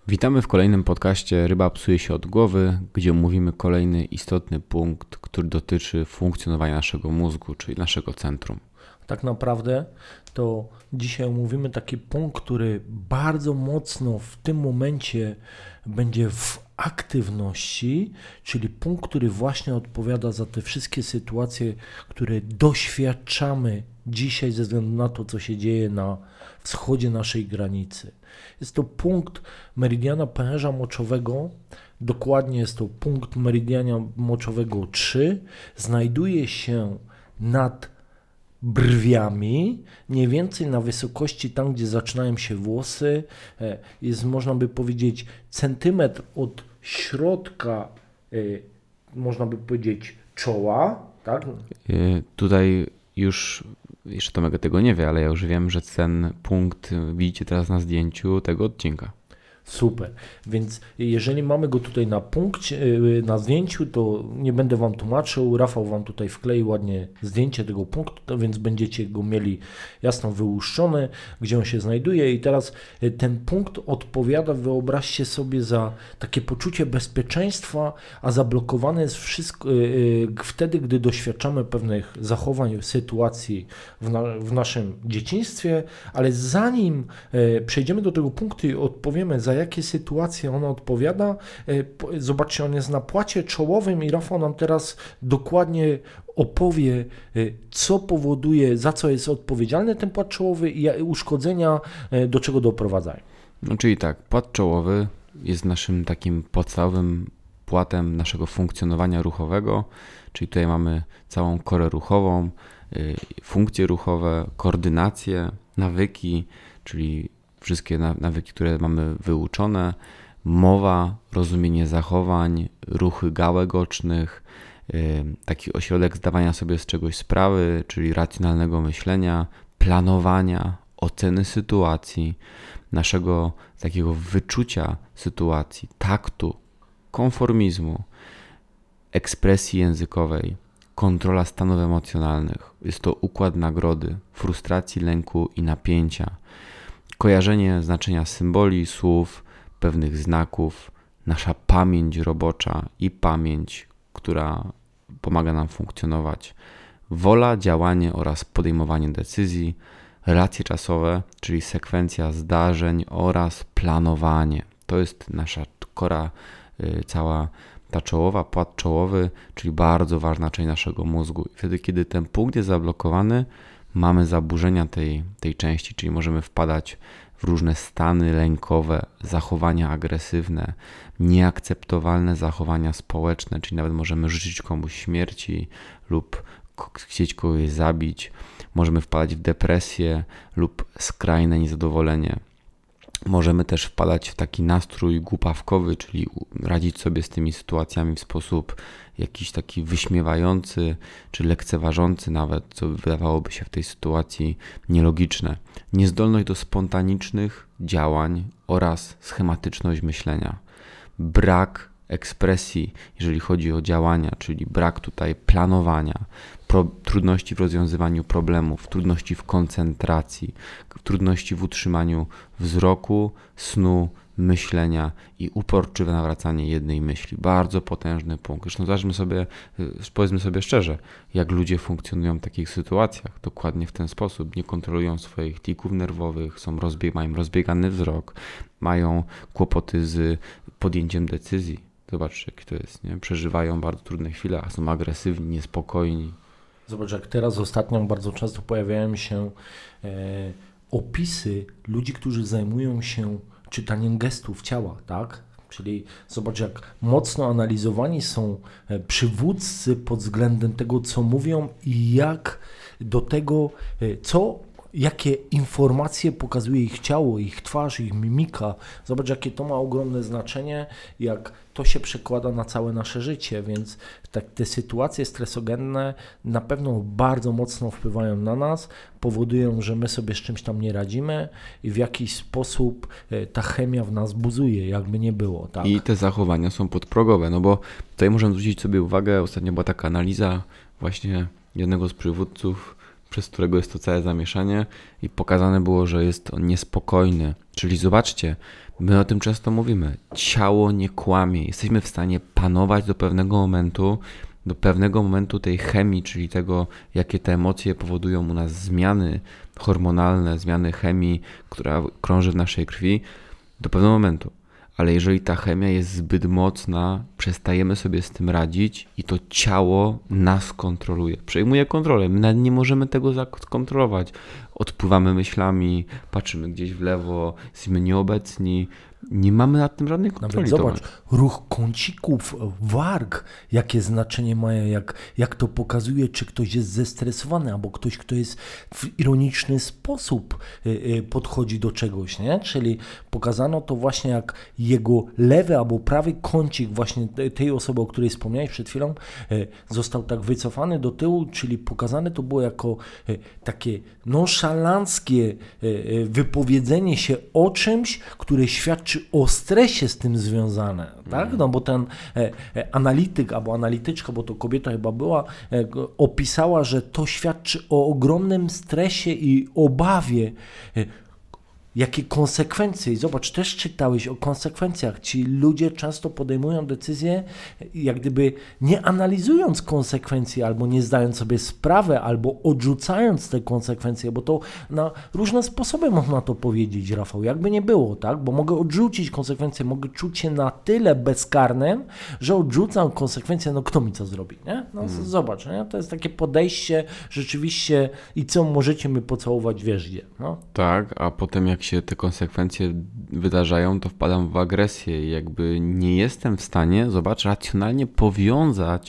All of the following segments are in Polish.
Witamy w kolejnym podcaście Ryba psuje się od głowy, gdzie omówimy kolejny istotny punkt, który dotyczy funkcjonowania naszego mózgu, czyli naszego centrum. Tak naprawdę to dzisiaj omówimy taki punkt, który bardzo mocno w tym momencie będzie w aktywności, czyli punkt, który właśnie odpowiada za te wszystkie sytuacje, które doświadczamy dzisiaj ze względu na to, co się dzieje na wschodzie naszej granicy. Jest to punkt meridiana pęcherza moczowego, dokładnie jest to punkt meridiana moczowego 3, znajduje się nad brwiami, mniej więcej na wysokości tam, gdzie zaczynają się włosy, jest, można by powiedzieć, centymetr od środka, można by powiedzieć, czoła, tak? Tutaj już, jeszcze Tomek tego nie wie, ale ja już wiem, że ten punkt widzicie teraz na zdjęciu tego odcinka. Super, więc jeżeli mamy go tutaj na punkcie, na zdjęciu, to nie będę Wam tłumaczył, Rafał Wam tutaj wklei ładnie zdjęcie tego punktu, więc będziecie go mieli jasno wyłuszczone, gdzie on się znajduje i teraz ten punkt odpowiada, wyobraźcie sobie, za takie poczucie bezpieczeństwa, a zablokowane jest wszystko wtedy, gdy doświadczamy pewnych zachowań, sytuacji w naszym dzieciństwie, ale zanim przejdziemy do tego punktu i odpowiemy, za jakie sytuacje ona odpowiada. Zobaczcie, on jest na płacie czołowym i Rafał nam teraz dokładnie opowie, co powoduje, za co jest odpowiedzialny ten płat czołowy i uszkodzenia do czego doprowadzają. No czyli tak, płat czołowy jest naszym takim podstawowym płatem naszego funkcjonowania ruchowego, czyli tutaj mamy całą korę ruchową, funkcje ruchowe, koordynację, nawyki, czyli wszystkie nawyki, które mamy wyuczone, mowa, rozumienie zachowań, ruchy gałek ocznych, taki ośrodek zdawania sobie z czegoś sprawy, czyli racjonalnego myślenia, planowania, oceny sytuacji, naszego takiego wyczucia sytuacji, taktu, konformizmu, ekspresji językowej, kontrola stanów emocjonalnych. Jest to układ nagrody, frustracji, lęku i napięcia. Kojarzenie znaczenia symboli, słów, pewnych znaków, nasza pamięć robocza i pamięć, która pomaga nam funkcjonować, wola, działanie oraz podejmowanie decyzji, relacje czasowe, czyli sekwencja zdarzeń oraz planowanie. To jest nasza kora cała ta czołowa, płat czołowy, czyli bardzo ważna część naszego mózgu. I wtedy, kiedy ten punkt jest zablokowany, mamy zaburzenia tej części, czyli możemy wpadać w różne stany lękowe, zachowania agresywne, nieakceptowalne zachowania społeczne, czyli nawet możemy życzyć komuś śmierci lub chcieć kogoś zabić. Możemy wpadać w depresję lub skrajne niezadowolenie. Możemy też wpadać w taki nastrój głupawkowy, czyli radzić sobie z tymi sytuacjami w sposób jakiś taki wyśmiewający czy lekceważący nawet, co wydawałoby się w tej sytuacji nielogiczne. Niezdolność do spontanicznych działań oraz schematyczność myślenia. Brak ekspresji, jeżeli chodzi o działania, czyli brak tutaj planowania, trudności w rozwiązywaniu problemów, trudności w koncentracji, trudności w utrzymaniu wzroku, snu, myślenia i uporczywe nawracanie jednej myśli. Bardzo potężny punkt. Zresztą powiedzmy sobie szczerze, jak ludzie funkcjonują w takich sytuacjach. Dokładnie w ten sposób. Nie kontrolują swoich tików nerwowych, mają rozbiegany wzrok, mają kłopoty z podjęciem decyzji. Zobaczcie, jak to jest, nie? Przeżywają bardzo trudne chwile, a są agresywni, niespokojni. Zobacz, jak teraz ostatnio bardzo często pojawiają się opisy ludzi, którzy zajmują się czytaniem gestów ciała, tak? Czyli zobacz, jak mocno analizowani są przywódcy pod względem tego, co mówią i jak do tego, jakie informacje pokazuje ich ciało, ich twarz, ich mimika. Zobacz, jakie to ma ogromne znaczenie, jak to się przekłada na całe nasze życie, więc te sytuacje stresogenne na pewno bardzo mocno wpływają na nas, powodują, że my sobie z czymś tam nie radzimy i w jakiś sposób ta chemia w nas buzuje, jakby nie było. Tak? I te zachowania są podprogowe, no bo tutaj możemy zwrócić sobie uwagę, ostatnio była taka analiza właśnie jednego z przywódców przez którego jest to całe zamieszanie i pokazane było, że jest on niespokojny. Czyli zobaczcie, my o tym często mówimy, ciało nie kłamie, jesteśmy w stanie panować do pewnego momentu tej chemii, czyli tego, jakie te emocje powodują u nas zmiany hormonalne, zmiany chemii, która krąży w naszej krwi, do pewnego momentu. Ale jeżeli ta chemia jest zbyt mocna, przestajemy sobie z tym radzić i to ciało nas kontroluje. Przejmuje kontrolę. My nawet nie możemy tego skontrolować. Odpływamy myślami, patrzymy gdzieś w lewo, jesteśmy nieobecni. Nie mamy nad tym żadnej kontroli. Nawet zobacz, ruch kącików, warg, jakie znaczenie mają, jak to pokazuje, czy ktoś jest zestresowany, albo ktoś, kto jest w ironiczny sposób podchodzi do czegoś, nie? Czyli pokazano to właśnie, jak jego lewy albo prawy kącik właśnie tej osoby, o której wspomniałeś przed chwilą, został tak wycofany do tyłu, czyli pokazane to było jako takie nonszalanckie wypowiedzenie się o czymś, które świadczy o stresie z tym związane, tak? No bo ten analityk albo analityczka, bo to kobieta chyba była, opisała, że to świadczy o ogromnym stresie i obawie, jakie konsekwencje. I zobacz, też czytałeś o konsekwencjach. Ci ludzie często podejmują decyzje, jak gdyby nie analizując konsekwencji, albo nie zdając sobie sprawy, albo odrzucając te konsekwencje, bo to na różne sposoby można to powiedzieć, Rafał, jakby nie było, tak? Bo mogę odrzucić konsekwencje, mogę czuć się na tyle bezkarnym, że odrzucam konsekwencje, no kto mi co zrobi, nie? No zobacz, nie? To jest takie podejście rzeczywiście i co możecie mi pocałować, wiesz gdzie, no? Tak, a potem jak się te konsekwencje wydarzają, to wpadam w agresję i jakby nie jestem w stanie, zobacz, racjonalnie powiązać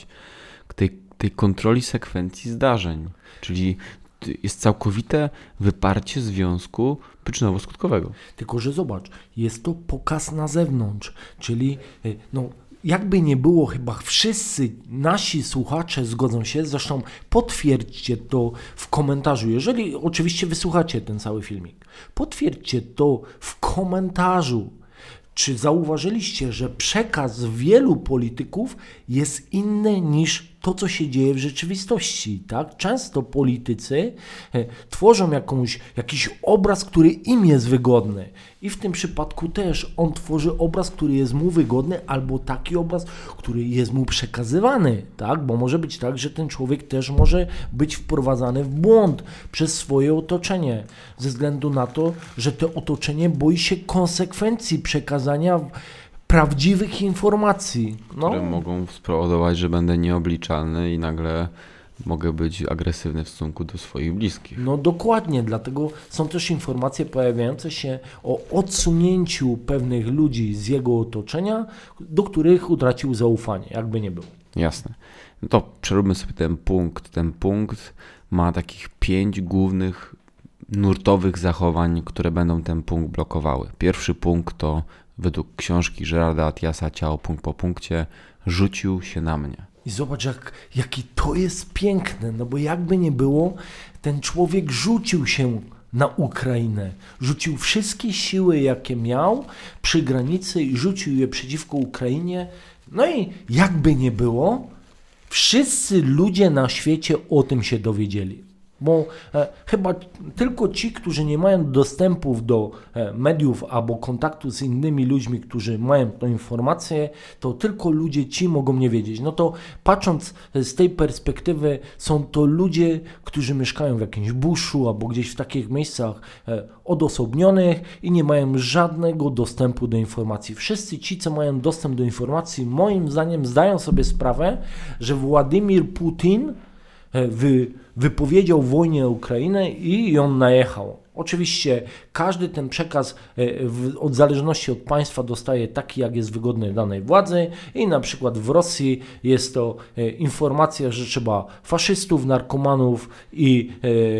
tej kontroli sekwencji zdarzeń. Czyli jest całkowite wyparcie związku przyczynowo-skutkowego. Tylko że zobacz, jest to pokaz na zewnątrz, czyli no jakby nie było, chyba wszyscy nasi słuchacze zgodzą się, zresztą potwierdźcie to w komentarzu, jeżeli oczywiście wysłuchacie ten cały filmik, potwierdźcie to w komentarzu, czy zauważyliście, że przekaz wielu polityków jest inny niż to, co się dzieje w rzeczywistości, tak? Często politycy tworzą jakiś obraz, który im jest wygodny i w tym przypadku też on tworzy obraz, który jest mu wygodny albo taki obraz, który jest mu przekazywany, tak? Bo może być tak, że ten człowiek też może być wprowadzany w błąd przez swoje otoczenie, ze względu na to, że to otoczenie boi się konsekwencji przekazania prawdziwych informacji. No. Które mogą spowodować, że będę nieobliczalny i nagle mogę być agresywny w stosunku do swoich bliskich. No dokładnie, dlatego są też informacje pojawiające się o odsunięciu pewnych ludzi z jego otoczenia, do których utracił zaufanie, jakby nie było. Jasne. No to przeróbmy sobie ten punkt. Ten punkt ma takich 5 głównych nurtowych zachowań, które będą ten punkt blokowały. Pierwszy punkt to według książki Gerarda Attiasa Ciało punkt po punkcie rzucił się na mnie. I zobacz, jaki to jest piękne, no bo jakby nie było, ten człowiek rzucił się na Ukrainę. Rzucił wszystkie siły, jakie miał przy granicy i rzucił je przeciwko Ukrainie. No i jakby nie było, wszyscy ludzie na świecie o tym się dowiedzieli. Bo chyba tylko ci, którzy nie mają dostępów do mediów albo kontaktu z innymi ludźmi, którzy mają tę informację, to tylko ludzie ci mogą nie wiedzieć. No to patrząc z tej perspektywy, są to ludzie, którzy mieszkają w jakimś buszu albo gdzieś w takich miejscach odosobnionych i nie mają żadnego dostępu do informacji. Wszyscy ci, co mają dostęp do informacji, moim zdaniem zdają sobie sprawę, że Władimir Putin wypowiedział wojnę na Ukrainę i on najechał. Oczywiście każdy ten przekaz od zależności od państwa dostaje taki, jak jest wygodny danej władzy i na przykład w Rosji jest to informacja, że trzeba faszystów, narkomanów i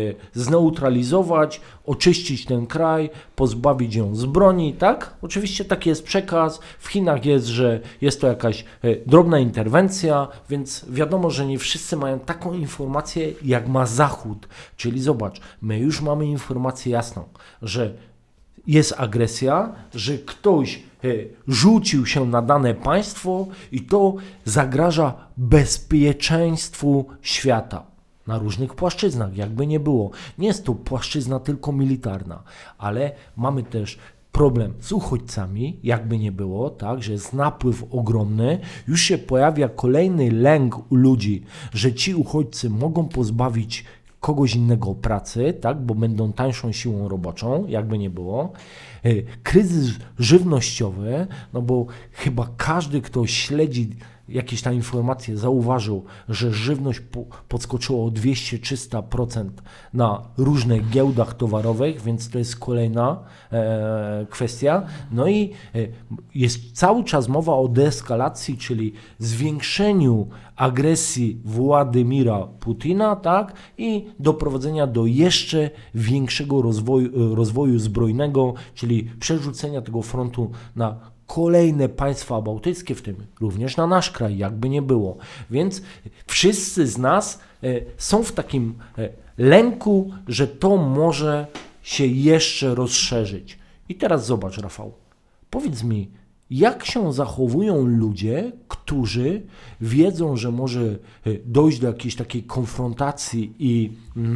zneutralizować, oczyścić ten kraj, pozbawić ją z broni, tak? Oczywiście taki jest przekaz. W Chinach jest, że jest to jakaś drobna interwencja, więc wiadomo, że nie wszyscy mają taką informację, jak ma Zachód. Czyli zobacz, my już mamy informację jasną, że jest agresja, że ktoś rzucił się na dane państwo i to zagraża bezpieczeństwu świata. na różnych płaszczyznach, jakby nie było. Nie jest to płaszczyzna tylko militarna, ale mamy też problem z uchodźcami, jakby nie było, tak, że jest napływ ogromny, już się pojawia kolejny lęk u ludzi, że ci uchodźcy mogą pozbawić kogoś innego pracy, tak, bo będą tańszą siłą roboczą, jakby nie było. Kryzys żywnościowy, no bo chyba każdy, kto śledzi jakieś tam informacje, zauważył, że żywność podskoczyła o 200-300% na różnych giełdach towarowych, więc to jest kolejna kwestia. No i jest cały czas mowa o deeskalacji, czyli zwiększeniu agresji Władimira Putina, tak, i doprowadzenia do jeszcze większego rozwoju zbrojnego, czyli przerzucenia tego frontu na kolejne państwa bałtyckie, w tym również na nasz kraj, jakby nie było. Więc wszyscy z nas są w takim lęku, że to może się jeszcze rozszerzyć. I teraz zobacz, Rafał, powiedz mi, jak się zachowują ludzie, którzy wiedzą, że może dojść do jakiejś takiej konfrontacji i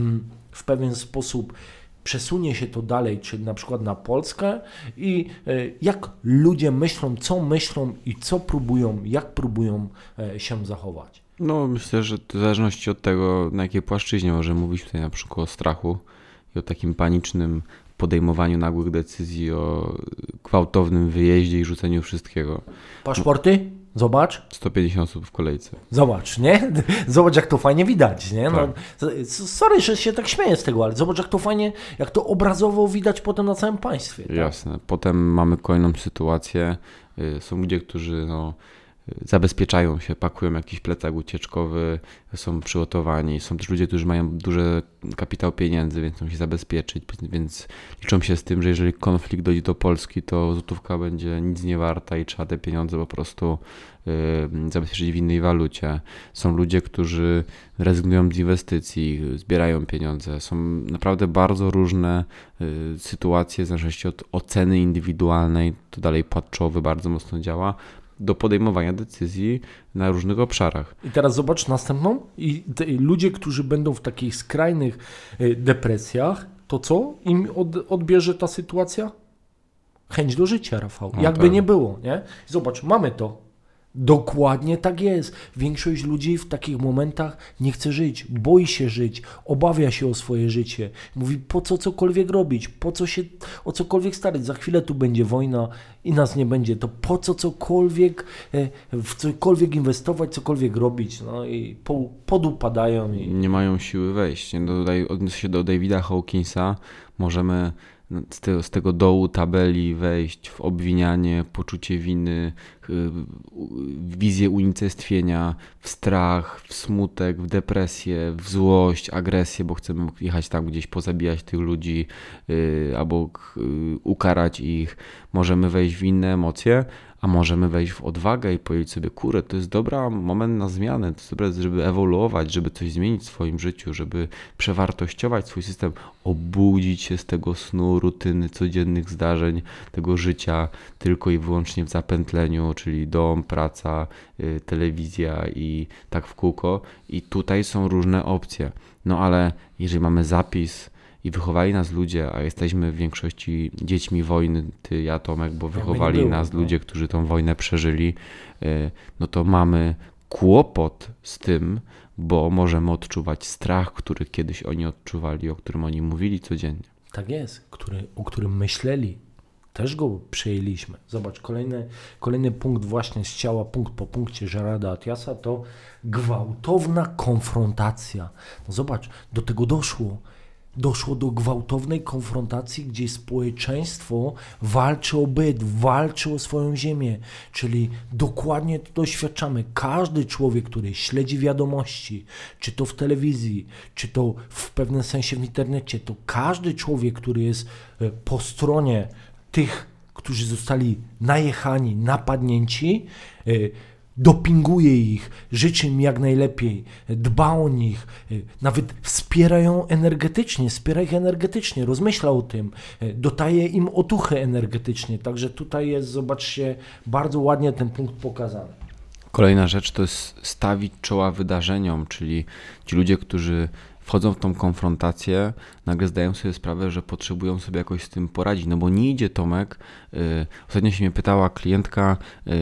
w pewien sposób przesunie się to dalej, czyli na przykład na Polskę, i jak ludzie myślą i co próbują, jak próbują się zachować? No myślę, że w zależności od tego, na jakiej płaszczyźnie możemy mówić tutaj na przykład o strachu i o takim panicznym podejmowaniu nagłych decyzji, o gwałtownym wyjeździe i rzuceniu wszystkiego. Paszporty? Zobacz. 150 osób w kolejce. Zobacz, nie? Zobacz, jak to fajnie widać, nie? No, Tak. sorry, że się tak śmieję z tego, ale zobacz, jak to fajnie, jak to obrazowo widać potem na całym państwie. Tak? Jasne. Potem mamy kolejną sytuację. Są ludzie, którzy zabezpieczają się, pakują jakiś plecak ucieczkowy, są przygotowani. Są też ludzie, którzy mają duży kapitał pieniędzy, więc chcą się zabezpieczyć, więc liczą się z tym, że jeżeli konflikt dojdzie do Polski, to złotówka będzie nic nie warta i trzeba te pieniądze po prostu zabezpieczyć w innej walucie. Są ludzie, którzy rezygnują z inwestycji, zbierają pieniądze. Są naprawdę bardzo różne sytuacje, w zależności od oceny indywidualnej, to dalej płatczowy bardzo mocno działa, do podejmowania decyzji na różnych obszarach. I teraz zobacz następną. I ludzie, którzy będą w takich skrajnych depresjach, to co im odbierze ta sytuacja? Chęć do życia, Rafał. Jakby tak. nie było, nie? Zobacz, mamy to. Dokładnie tak jest. Większość ludzi w takich momentach nie chce żyć, boi się żyć, obawia się o swoje życie. Mówi, po co cokolwiek robić, po co się o cokolwiek starać, za chwilę tu będzie wojna i nas nie będzie, to po co cokolwiek, w cokolwiek inwestować, cokolwiek robić, no i podupadają. I nie mają siły wejść. Odniosę się do Davida Hawkinsa, możemy z tego dołu tabeli wejść w obwinianie, poczucie winy, wizję unicestwienia, w strach, w smutek, w depresję, w złość, agresję, bo chcemy jechać tam gdzieś, pozabijać tych ludzi albo ukarać ich. Możemy wejść w inne emocje, a możemy wejść w odwagę i powiedzieć sobie, kurę, to jest dobry moment na zmianę, to jest dobre, żeby ewoluować, żeby coś zmienić w swoim życiu, żeby przewartościować swój system, obudzić się z tego snu, rutyny, codziennych zdarzeń, tego życia tylko i wyłącznie w zapętleniu, czyli dom, praca, telewizja i tak w kółko. I tutaj są różne opcje. No ale jeżeli mamy zapis i wychowali nas ludzie, a jesteśmy w większości dziećmi wojny, ty, ja, Tomek, bo wychowali nas ludzie, którzy tą wojnę przeżyli, no to mamy kłopot z tym, bo możemy odczuwać strach, który kiedyś oni odczuwali, o którym oni mówili codziennie. Tak jest, o którym myśleli. Też go przejęliśmy. Zobacz, kolejny punkt właśnie z ciała, punkt po punkcie Gerarda Attiasa, to gwałtowna konfrontacja. No zobacz, do tego doszło. Doszło do gwałtownej konfrontacji, gdzie społeczeństwo walczy o byt, walczy o swoją ziemię, czyli dokładnie to doświadczamy. Każdy człowiek, który śledzi wiadomości, czy to w telewizji, czy to w pewnym sensie w internecie, to każdy człowiek, który jest po stronie tych, którzy zostali najechani, napadnięci, dopinguje ich, życzy im jak najlepiej, dba o nich, nawet wspiera ich energetycznie, rozmyśla o tym, dodaje im otuchy energetycznie. Także tutaj jest, zobaczcie, bardzo ładnie ten punkt pokazany. Kolejna rzecz to jest stawić czoła wydarzeniom, czyli ci ludzie, którzy wchodzą w tą konfrontację, nagle zdają sobie sprawę, że potrzebują sobie jakoś z tym poradzić, no bo nie idzie Tomek. Ostatnio się mnie pytała klientka,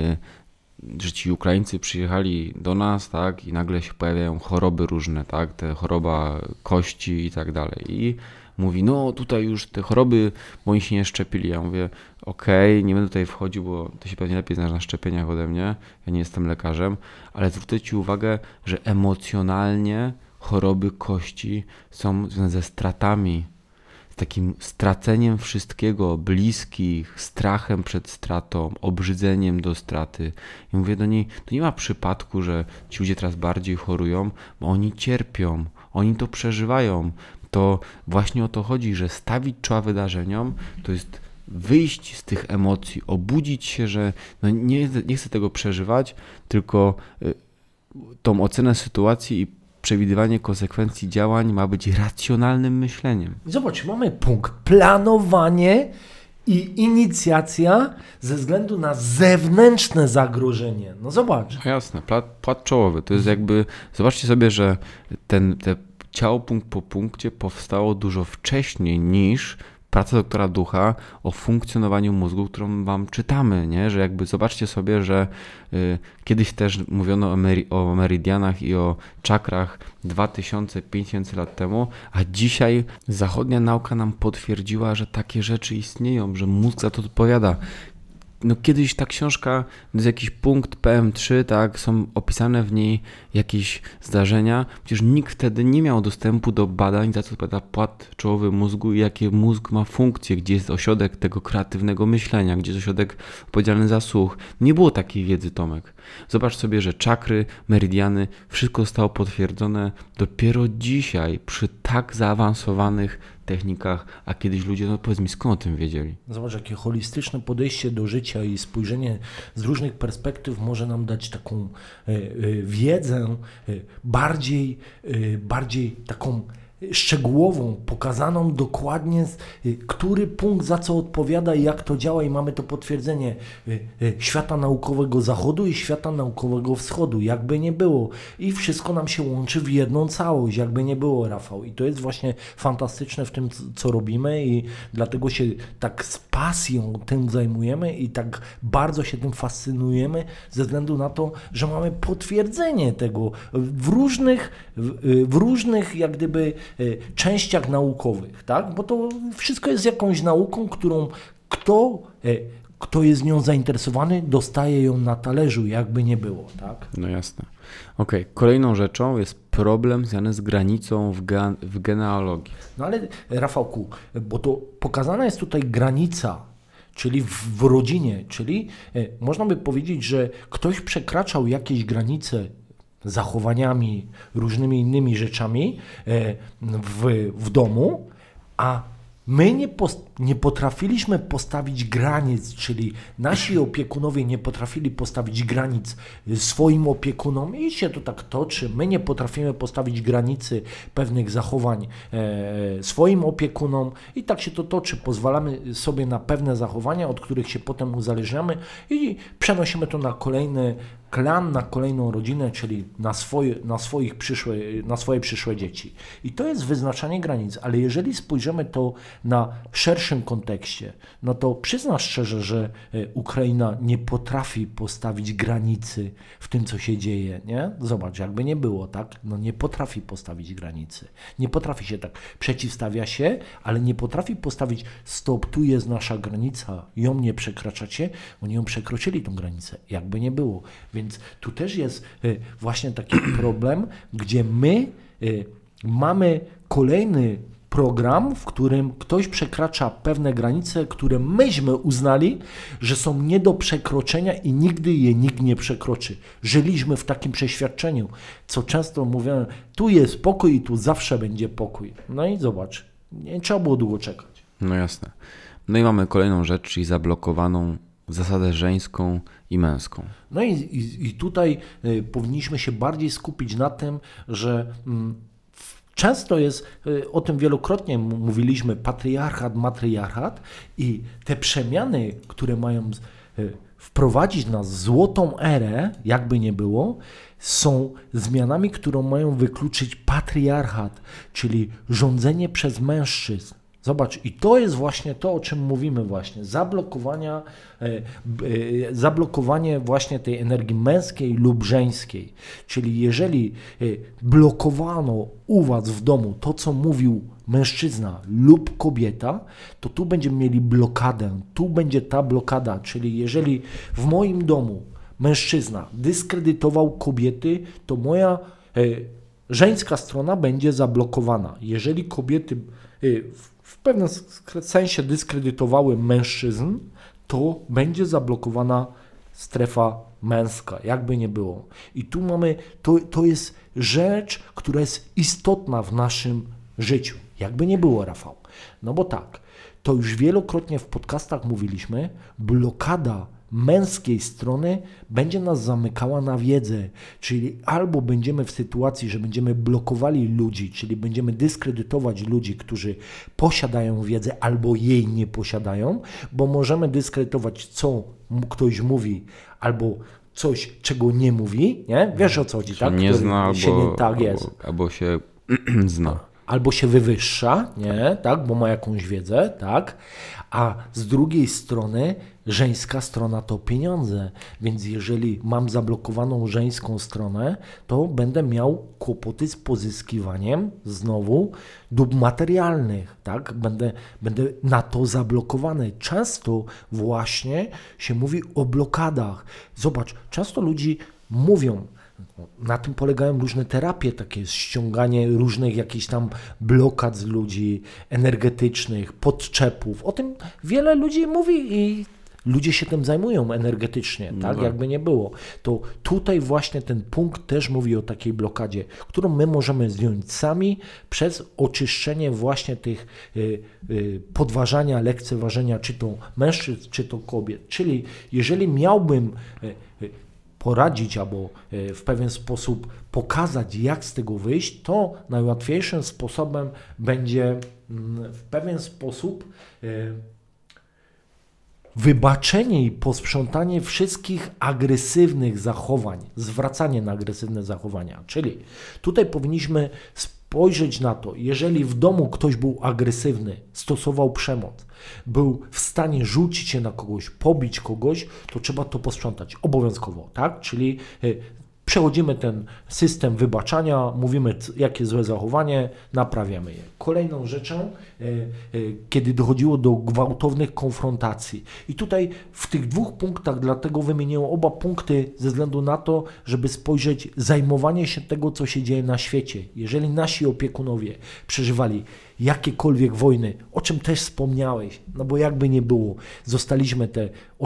że ci Ukraińcy przyjechali do nas, tak, i nagle się pojawiają choroby różne, tak, te choroba kości i tak dalej. I mówi, no tutaj już te choroby, bo oni się nie szczepili. Ja mówię, okej, nie będę tutaj wchodził, bo ty się pewnie lepiej znasz na szczepieniach ode mnie, ja nie jestem lekarzem, ale zwrócę ci uwagę, że emocjonalnie choroby kości są związane ze stratami, z takim straceniem wszystkiego, bliskich, strachem przed stratą, obrzydzeniem do straty. I mówię do niej, to nie ma przypadku, że ci ludzie teraz bardziej chorują, bo oni cierpią, oni to przeżywają. To właśnie o to chodzi, że stawić czoła wydarzeniom to jest wyjść z tych emocji, obudzić się, że no nie chcę tego przeżywać, tylko tą ocenę sytuacji i przewidywanie konsekwencji działań ma być racjonalnym myśleniem. Zobacz, mamy punkt planowanie i inicjacja ze względu na zewnętrzne zagrożenie. No zobacz. No jasne, płat czołowy. To jest jakby, zobaczcie sobie, że te ciało punkt po punkcie powstało dużo wcześniej niż praca doktora Ducha o funkcjonowaniu mózgu, którą wam czytamy, nie? Że jakby zobaczcie sobie, że kiedyś też mówiono o meridianach i o czakrach 2000-5000 lat temu, a dzisiaj zachodnia nauka nam potwierdziła, że takie rzeczy istnieją, że mózg za to odpowiada. No kiedyś ta książka, to jest jakiś punkt PM3, tak, są opisane w niej jakieś zdarzenia, przecież nikt wtedy nie miał dostępu do badań, za co odpowiada płat czołowy mózgu i jakie mózg ma funkcje, gdzie jest ośrodek tego kreatywnego myślenia, gdzie jest ośrodek odpowiedzialny za słuch. Nie było takiej wiedzy, Tomek. Zobacz sobie, że czakry, meridiany, wszystko zostało potwierdzone dopiero dzisiaj przy tak zaawansowanych technikach, a kiedyś ludzie, no powiedz mi, skąd o tym wiedzieli? Zobacz, jakie holistyczne podejście do życia i spojrzenie z różnych perspektyw może nam dać taką wiedzę bardziej taką szczegółową, pokazaną dokładnie, który punkt za co odpowiada i jak to działa, i mamy to potwierdzenie świata naukowego zachodu i świata naukowego wschodu, jakby nie było. I wszystko nam się łączy w jedną całość, jakby nie było, Rafał. I to jest właśnie fantastyczne w tym, co robimy, i dlatego się tak z pasją tym zajmujemy i tak bardzo się tym fascynujemy, ze względu na to, że mamy potwierdzenie tego w różnych jak gdyby częściach naukowych, tak? Bo to wszystko jest jakąś nauką, którą kto jest nią zainteresowany, dostaje ją na talerzu, jakby nie było, tak? No jasne. Okej. Kolejną rzeczą jest problem związany z granicą w genealogii. No ale Rafałku, bo to pokazana jest tutaj granica, czyli w rodzinie, czyli można by powiedzieć, że ktoś przekraczał jakieś granice zachowaniami, różnymi innymi rzeczami w domu, a my nie potrafiliśmy postawić granic, czyli nasi opiekunowie nie potrafili postawić granic swoim opiekunom i się to tak toczy. My nie potrafimy postawić granicy pewnych zachowań swoim opiekunom i tak się to toczy. Pozwalamy sobie na pewne zachowania, od których się potem uzależniamy i przenosimy to na kolejny klan, na kolejną rodzinę, czyli na swoje przyszłe dzieci. I to jest wyznaczanie granic, ale jeżeli spojrzymy to na szerszym kontekście, no to przyznam szczerze, że Ukraina nie potrafi postawić granicy w tym, co się dzieje, nie? Zobacz, jakby nie było, tak? No nie potrafi postawić granicy. Nie potrafi się tak, przeciwstawia się, ale nie potrafi postawić stop, tu jest nasza granica, ją nie przekraczacie, oni ją przekroczyli, tą granicę, jakby nie było. Więc tu też jest właśnie taki problem, gdzie my mamy kolejny program, w którym ktoś przekracza pewne granice, które myśmy uznali, że są nie do przekroczenia i nigdy je nikt nie przekroczy. Żyliśmy w takim przeświadczeniu, co często mówią, tu jest pokój i tu zawsze będzie pokój. No i zobacz, nie trzeba było długo czekać. No jasne. No i mamy kolejną rzecz, czyli zablokowaną zasadę żeńską i męską. No i tutaj powinniśmy się bardziej skupić na tym, że często jest, o tym wielokrotnie mówiliśmy, patriarchat, matryarchat i te przemiany, które mają wprowadzić nas w złotą erę, jakby nie było, są zmianami, które mają wykluczyć patriarchat, czyli rządzenie przez mężczyzn. Zobacz, i to jest właśnie to, o czym mówimy właśnie, zablokowanie właśnie tej energii męskiej lub żeńskiej. Czyli jeżeli blokowano u Was w domu to, co mówił mężczyzna lub kobieta, to tu będziemy mieli blokadę, tu będzie ta blokada, czyli jeżeli w moim domu mężczyzna dyskredytował kobiety, to moja żeńska strona będzie zablokowana. Jeżeli kobiety w pewnym sensie dyskredytowały mężczyzn, to będzie zablokowana strefa męska, jakby nie było. I tu mamy, to jest rzecz, która jest istotna w naszym życiu. Jakby nie było, Rafał. No bo tak, to już wielokrotnie w podcastach mówiliśmy, blokada męskiej strony będzie nas zamykała na wiedzę, czyli albo będziemy w sytuacji, że będziemy blokowali ludzi, czyli będziemy dyskredytować ludzi, którzy posiadają wiedzę albo jej nie posiadają, bo możemy dyskredytować, co ktoś mówi, albo coś, czego nie mówi, nie? Wiesz, o co chodzi, tak? Nie zna, albo się zna. Albo się wywyższa, nie? Tak? Bo ma jakąś wiedzę, tak? A z drugiej strony żeńska strona to pieniądze, więc jeżeli mam zablokowaną żeńską stronę, to będę miał kłopoty z pozyskiwaniem znowu dóbr materialnych, tak? Będę na to zablokowany. Często właśnie się mówi o blokadach. Zobacz, często ludzi mówią, na tym polegają różne terapie, takie ściąganie różnych jakichś tam blokad z ludzi energetycznych, podczepów. O tym wiele ludzi mówi i ludzie się tym zajmują energetycznie, tak? Jakby nie było. To tutaj właśnie ten punkt też mówi o takiej blokadzie, którą my możemy zdjąć sami przez oczyszczenie właśnie tych podważania, lekceważenia, czy to mężczyzn, czy to kobiet. Czyli jeżeli miałbym poradzić albo w pewien sposób pokazać, jak z tego wyjść, to najłatwiejszym sposobem będzie w pewien sposób wybaczenie i posprzątanie wszystkich agresywnych zachowań, zwracanie na agresywne zachowania. Czyli tutaj powinniśmy spojrzeć na to, jeżeli w domu ktoś był agresywny, stosował przemoc, był w stanie rzucić się na kogoś, pobić kogoś, to trzeba to posprzątać obowiązkowo, tak? Czyli przechodzimy ten system wybaczania, mówimy, jakie złe zachowanie, naprawiamy je. Kolejną rzeczą, kiedy dochodziło do gwałtownych konfrontacji. I tutaj w tych dwóch punktach, dlatego wymieniłem oba punkty ze względu na to, żeby spojrzeć, zajmowanie się tego, co się dzieje na świecie. Jeżeli nasi opiekunowie przeżywali jakiekolwiek wojny, o czym też wspomniałeś, no bo jakby nie było, zostaliśmy te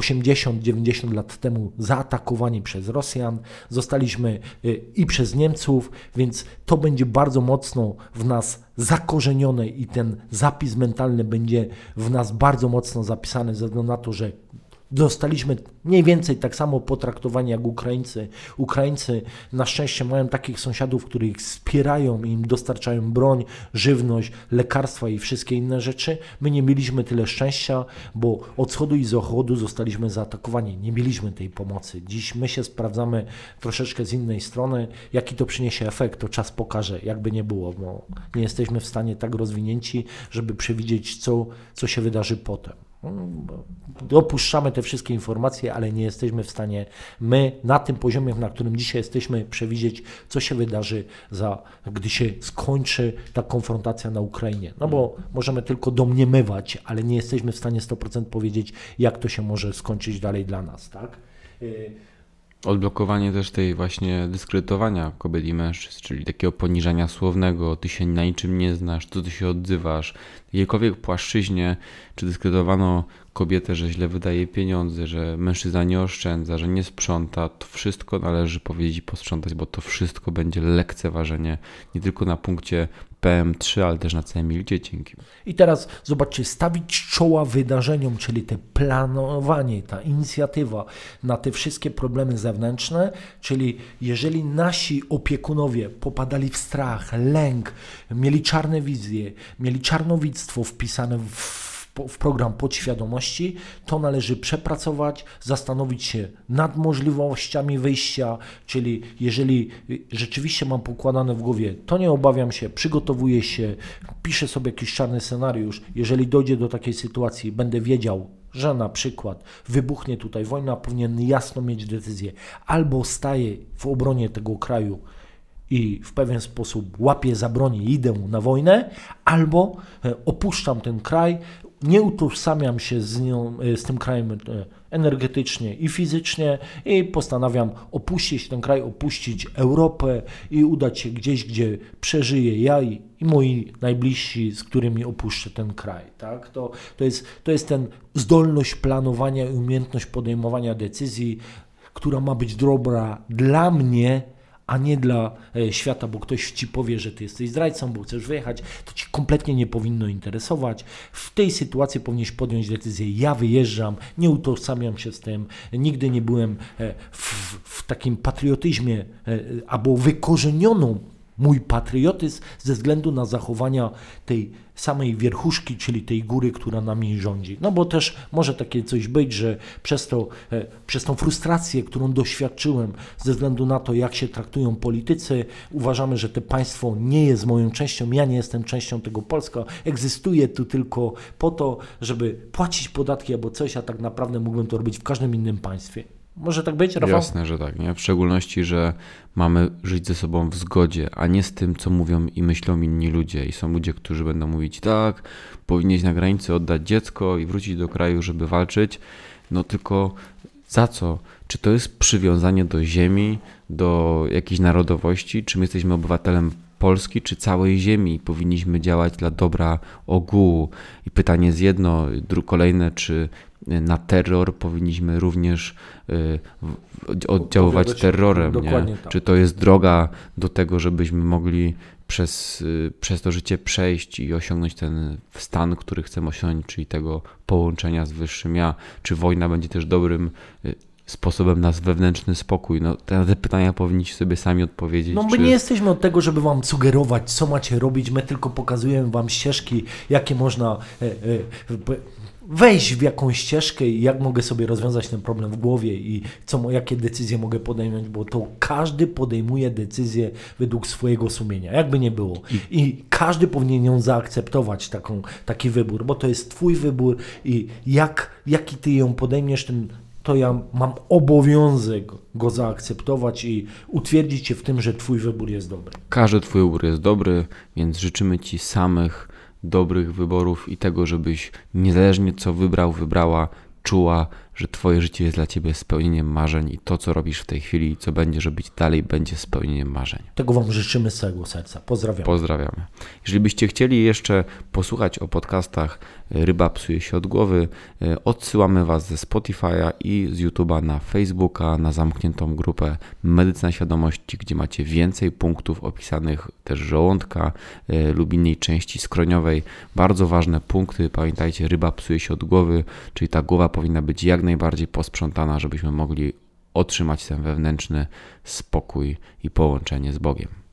80-90 lat temu zaatakowani przez Rosjan, zostaliśmy i przez Niemców, więc to będzie bardzo mocno w nas zakorzenione i ten zapis mentalny będzie w nas bardzo mocno zapisany ze względu na to, że zostaliśmy mniej więcej tak samo potraktowani jak Ukraińcy. Ukraińcy na szczęście mają takich sąsiadów, którzy ich wspierają i im dostarczają broń, żywność, lekarstwa i wszystkie inne rzeczy. My nie mieliśmy tyle szczęścia, bo od wschodu i zachodu zostaliśmy zaatakowani. Nie mieliśmy tej pomocy. Dziś my się sprawdzamy troszeczkę z innej strony. Jaki to przyniesie efekt, to czas pokaże, jakby nie było, bo nie jesteśmy w stanie tak rozwinięci, żeby przewidzieć, co się wydarzy potem. Dopuszczamy te wszystkie informacje, ale nie jesteśmy w stanie my na tym poziomie, na którym dzisiaj jesteśmy, przewidzieć, co się wydarzy, gdy się skończy ta konfrontacja na Ukrainie. No bo możemy tylko domniemywać, ale nie jesteśmy w stanie 100% powiedzieć, jak to się może skończyć dalej dla nas, tak? Odblokowanie też tej właśnie dyskredytowania kobiet i mężczyzn, czyli takiego poniżania słownego, ty się na niczym nie znasz, to ty się odzywasz. W jakiejkolwiek płaszczyźnie, czy dyskredytowano kobietę, że źle wydaje pieniądze, że mężczyzna nie oszczędza, że nie sprząta, to wszystko należy powiedzieć i posprzątać, bo to wszystko będzie lekceważenie nie tylko na punkcie PM3, ale też na całym milcie cienkim. I teraz zobaczcie, stawić czoła wydarzeniom, czyli te planowanie, ta inicjatywa na te wszystkie problemy zewnętrzne, czyli jeżeli nasi opiekunowie popadali w strach, lęk, mieli czarne wizje, mieli czarnowictwo wpisane w w program podświadomości, to należy przepracować, zastanowić się nad możliwościami wyjścia, czyli jeżeli rzeczywiście mam pokładane w głowie, to nie obawiam się, przygotowuję się, piszę sobie jakiś czarny scenariusz, jeżeli dojdzie do takiej sytuacji, będę wiedział, że na przykład wybuchnie tutaj wojna, powinien jasno mieć decyzję, albo staję w obronie tego kraju i w pewien sposób łapię za broń i idę na wojnę, albo opuszczam ten kraj, nie utożsamiam się z tym krajem energetycznie i fizycznie i postanawiam opuścić ten kraj, opuścić Europę i udać się gdzieś, gdzie przeżyję ja i moi najbliżsi, z którymi opuszczę ten kraj. Tak? To jest ten zdolność planowania i umiejętność podejmowania decyzji, która ma być dobra dla mnie, a nie dla świata, bo ktoś ci powie, że ty jesteś zdrajcą, bo chcesz wyjechać, to ci kompletnie nie powinno interesować. W tej sytuacji powinieneś podjąć decyzję, ja wyjeżdżam, nie utożsamiam się z tym, nigdy nie byłem w takim patriotyzmie, albo wykorzenioną mój patriotyzm ze względu na zachowania tej samej wierchuszki, czyli tej góry, która nami rządzi. No bo też może takie coś być, że przez tą frustrację, którą doświadczyłem ze względu na to, jak się traktują politycy, uważamy, że to państwo nie jest moją częścią, ja nie jestem częścią tego Polska, egzystuję tu tylko po to, żeby płacić podatki albo coś, a tak naprawdę mógłbym to robić w każdym innym państwie. Może tak być, Rafał? Jasne, że tak, nie? W szczególności, że mamy żyć ze sobą w zgodzie, a nie z tym, co mówią i myślą inni ludzie. I są ludzie, którzy będą mówić, tak, powinieneś na granicy oddać dziecko i wrócić do kraju, żeby walczyć. No tylko za co? Czy to jest przywiązanie do ziemi, do jakiejś narodowości? Czy my jesteśmy obywatelem Polski, czy całej ziemi? Powinniśmy działać dla dobra ogółu. I pytanie jest jedno, kolejne, czy na terror powinniśmy również oddziaływać terrorem, nie? Tak. Czy to jest droga do tego, żebyśmy mogli przez to życie przejść i osiągnąć ten stan, który chcemy osiągnąć, czyli tego połączenia z wyższym ja? Czy wojna będzie też dobrym sposobem na wewnętrzny spokój? No, te pytania powinniście sobie sami odpowiedzieć. No my nie jesteśmy od tego, żeby wam sugerować, co macie robić, my tylko pokazujemy wam ścieżki, jakie można wejść w jakąś ścieżkę i jak mogę sobie rozwiązać ten problem w głowie i jakie decyzje mogę podejmować, bo to każdy podejmuje decyzję według swojego sumienia, jakby nie było. I każdy powinien ją zaakceptować, taki wybór, bo to jest twój wybór i jaki ty ją podejmiesz, to ja mam obowiązek go zaakceptować i utwierdzić się w tym, że twój wybór jest dobry. Każdy twój wybór jest dobry, więc życzymy ci samych dobrych wyborów i tego, żebyś niezależnie co wybrała, czuła, że twoje życie jest dla ciebie spełnieniem marzeń i to, co robisz w tej chwili i co będziesz robić dalej, będzie spełnieniem marzeń. Tego wam życzymy z całego serca. Pozdrawiamy. Pozdrawiamy. Jeżeli byście chcieli jeszcze posłuchać o podcastach Ryba psuje się od głowy, odsyłamy was ze Spotify'a i z YouTube'a na Facebooka, na zamkniętą grupę Medycyna Świadomości, gdzie macie więcej punktów opisanych też żołądka lub innej części skroniowej. Bardzo ważne punkty. Pamiętajcie, ryba psuje się od głowy, czyli ta głowa powinna być jak najbardziej posprzątana, żebyśmy mogli otrzymać ten wewnętrzny spokój i połączenie z Bogiem.